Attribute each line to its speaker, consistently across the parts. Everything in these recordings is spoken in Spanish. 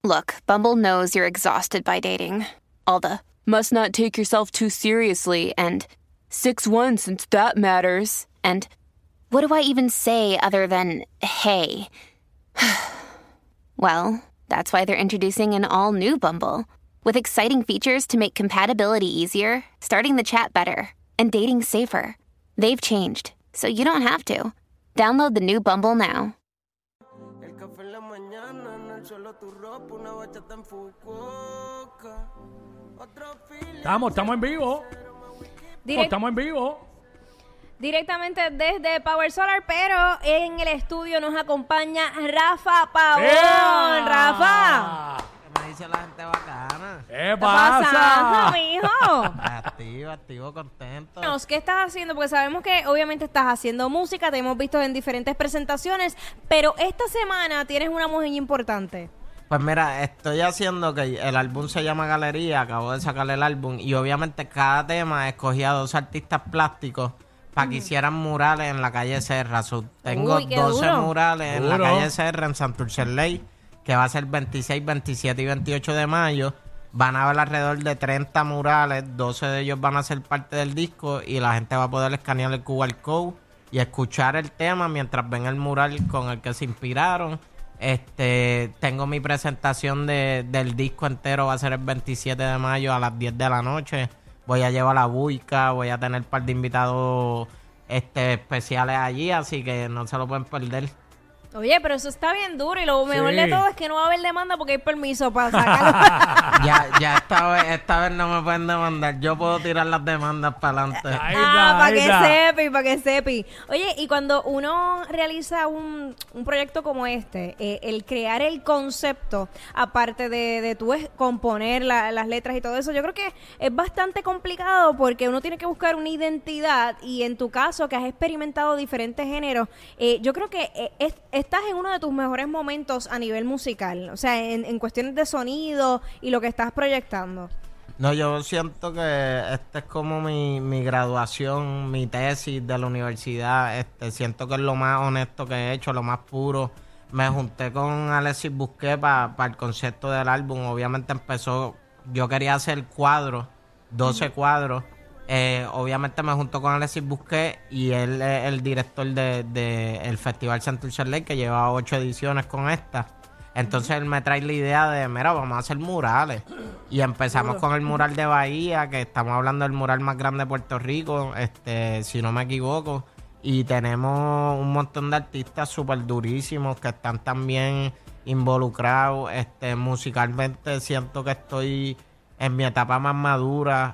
Speaker 1: Look, Bumble knows you're exhausted by dating. All the must not take yourself too seriously and 6'1" since that matters. And what do I even say other than hey? Well, that's why they're introducing an all-new Bumble with exciting features to make compatibility easier, starting the chat better, and dating safer. They've changed, so you don't have to. Download the new Bumble now.
Speaker 2: Estamos en vivo. Estamos en vivo.
Speaker 3: Directamente desde Power Solar, pero en el estudio nos acompaña Rafa Pavón. ¡Rafa!
Speaker 4: ¿Qué me dice la gente bacana?
Speaker 2: ¿Qué pasa?
Speaker 3: Mijo?
Speaker 4: Activo, contento.
Speaker 3: ¿Qué estás haciendo? Porque sabemos que obviamente estás haciendo música, te hemos visto en diferentes presentaciones, pero esta semana tienes una mujer importante.
Speaker 4: Pues mira, estoy haciendo que el álbum se llama Galería, acabo de sacar el álbum y obviamente cada tema escogí a 2 artistas plásticos para que hicieran murales en la calle Serra. Tengo 12 murales en la calle Serra, en Santurce Ley, que va a ser 26, 27 y 28 de mayo. Van a haber alrededor de 30 murales, 12 de ellos van a ser parte del disco y la gente va a poder escanear el QR Code y escuchar el tema mientras ven el mural con el que se inspiraron. Tengo mi presentación del disco entero, va a ser el 27 de mayo a las 10 de la noche. Voy a llevar la buica, voy a tener un par de invitados especiales allí, así que no se lo pueden perder.
Speaker 3: Oye, pero eso está bien duro y lo mejor de todo es que no va a haber demanda porque hay permiso para sacarlo.
Speaker 4: ya esta vez no me pueden demandar. Yo puedo tirar las demandas para adelante.
Speaker 3: Para que sepi. Oye, y cuando uno realiza un proyecto como el crear el concepto, aparte de tú componer las letras y todo eso, yo creo que es bastante complicado porque uno tiene que buscar una identidad y en tu caso, que has experimentado diferentes géneros, yo creo que estás en uno de tus mejores momentos a nivel musical, o sea, en cuestiones de sonido y lo que estás proyectando.
Speaker 4: No, yo siento que es como mi graduación, mi tesis de la universidad. Siento que es lo más honesto que he hecho, lo más puro. Me junté con Alexis Busqué para el concepto del álbum. Obviamente yo quería hacer cuadros, 12 cuadros. Obviamente me junto con Alexis Busqué y él es el director del Festival Santurce Lake, que lleva 8 ediciones con esta. Entonces él me trae la idea de, mira, vamos a hacer murales. Y empezamos con el mural de Bahía, que estamos hablando del mural más grande de Puerto Rico, si no me equivoco. Y tenemos un montón de artistas súper durísimos que están también involucrados. Musicalmente siento que estoy en mi etapa más madura,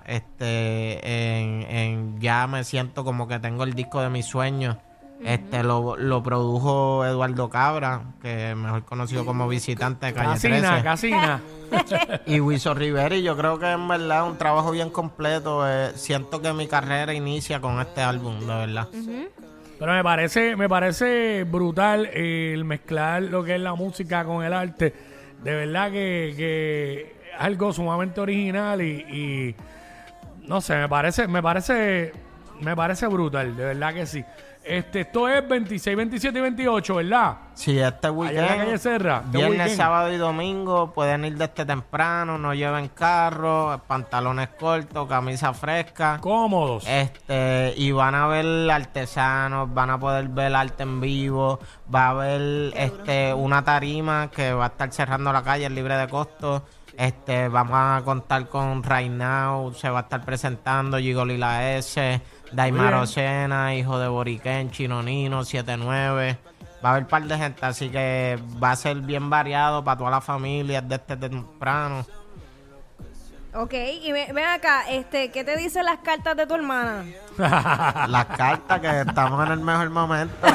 Speaker 4: ya me siento como que tengo el disco de mis sueños. Lo produjo Eduardo Cabra, que es mejor conocido como Visitante de Calle 13.
Speaker 2: Casina.
Speaker 4: Y Wiso Rivera, y yo creo que en verdad es un trabajo bien completo. Siento que mi carrera inicia con este álbum, de verdad.
Speaker 2: Pero me parece brutal el mezclar lo que es la música con el arte. De verdad que es algo sumamente original y no sé, me parece brutal, de verdad que sí. Esto es 26, 27 y 28, ¿verdad?
Speaker 4: Sí, este weekend.
Speaker 2: Allá en la calle Serra.
Speaker 4: Viernes, sábado y domingo pueden ir desde temprano, no lleven carro, pantalones cortos, camisa fresca.
Speaker 2: Cómodos.
Speaker 4: Y van a ver artesanos, van a poder ver arte en vivo, va a haber una tarima que va a estar cerrando la calle, libre de costo. Vamos a contar con Right Now, se va a estar presentando Gigoli La S, Daimaro Sena, Hijo de Boriquén, Chino Nino, 79. Va a haber un par de gente, así que va a ser bien variado para toda la familia desde temprano.
Speaker 3: Ok, y ven acá, ¿qué te dicen las cartas de tu hermana?
Speaker 4: Las cartas, que estamos en el mejor momento.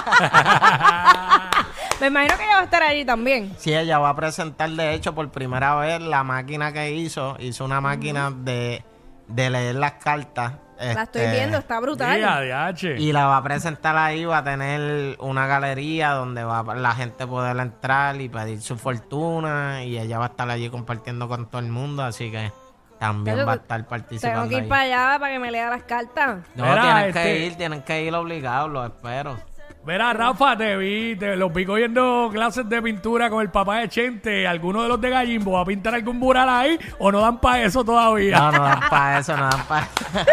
Speaker 3: Me imagino que ella va a estar allí también.
Speaker 4: Sí, ella va a presentar, de hecho, por primera vez la máquina que hizo una máquina de leer las cartas.
Speaker 3: La estoy viendo, está brutal.
Speaker 4: Y la va a presentar ahí, va a tener una galería donde va la gente poder entrar y pedir su fortuna, y ella va a estar allí compartiendo con todo el mundo, así que también va a estar participando.
Speaker 3: Tengo que ir para allá para que me lea las cartas.
Speaker 4: No, tienen que ir obligados, lo espero.
Speaker 2: Verá, Rafa, los vi cogiendo clases de pintura con el papá de Chente. ¿Alguno de los de Gallimbo va a pintar algún mural ahí o no dan para eso todavía?
Speaker 4: No dan para eso, no dan para eso.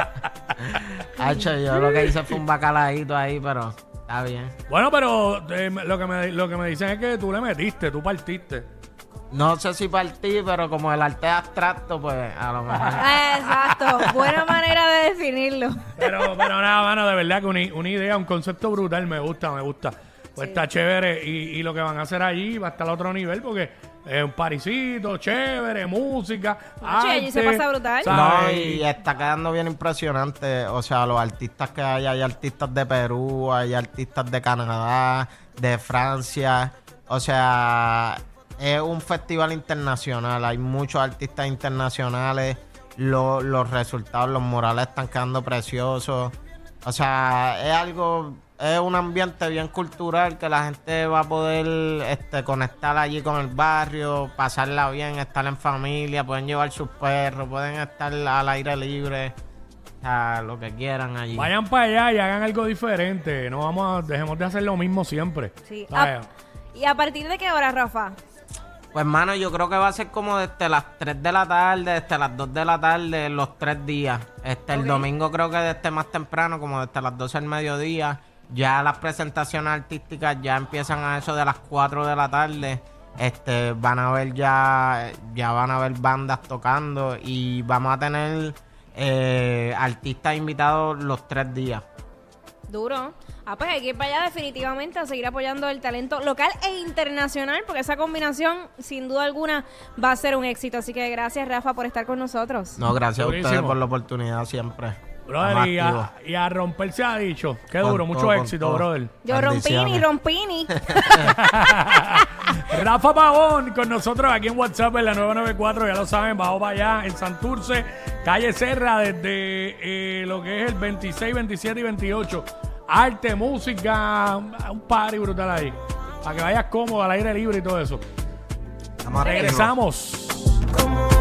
Speaker 4: Hacho, yo lo que hice fue un bacalaíto ahí, pero está bien.
Speaker 2: Bueno, pero lo que me dicen es que tú le metiste, tú partiste.
Speaker 4: No sé si partí, pero como el arte es abstracto, pues a lo mejor.
Speaker 3: Exacto, buena manera de definirlo.
Speaker 2: Pero nada, mano, de verdad que una idea, un concepto brutal, me gusta. Pues está chévere y lo que van a hacer allí va a estar a otro nivel porque es un parisito, chévere, música, arte,
Speaker 3: allí se pasa brutal.
Speaker 4: No, y está quedando bien impresionante. O sea, los artistas que hay artistas de Perú, hay artistas de Canadá, de Francia. O sea, es un festival internacional. Hay muchos artistas internacionales. Los resultados, los murales están quedando preciosos. O sea, es un ambiente bien cultural que la gente va a poder conectar allí con el barrio, pasarla bien, estar en familia, pueden llevar sus perros, pueden estar al aire libre, o sea, lo que quieran allí.
Speaker 2: Vayan para allá y hagan algo diferente. Dejemos de hacer lo mismo siempre.
Speaker 3: Sí. ¿Y a partir de qué hora, Rafa?
Speaker 4: Pues, mano, yo creo que va a ser como desde las 3 de la tarde, desde las 2 de la tarde, los 3 días. El domingo creo que desde más temprano, como desde las 12 del mediodía. Ya las presentaciones artísticas ya empiezan a eso de las 4 de la tarde. Van a ver ya van a ver bandas tocando y vamos a tener artistas invitados los 3 días.
Speaker 3: Duro. Pues hay que ir para allá definitivamente a seguir apoyando el talento local e internacional, porque esa combinación, sin duda alguna, va a ser un éxito. Así que gracias, Rafa, por estar con nosotros.
Speaker 4: No, gracias a ustedes por la oportunidad siempre.
Speaker 2: Brother, y a romper se ha dicho. Qué duro, mucho éxito, brother.
Speaker 3: Yo rompini.
Speaker 2: Rafa Pavón con nosotros aquí en WhatsApp en la 994, ya lo saben, vamos para allá en Santurce, calle Serra, desde lo que es el 26, 27 y 28. Arte, música, un party brutal ahí. Para que vayas cómodo, al aire libre y todo eso. Regresamos.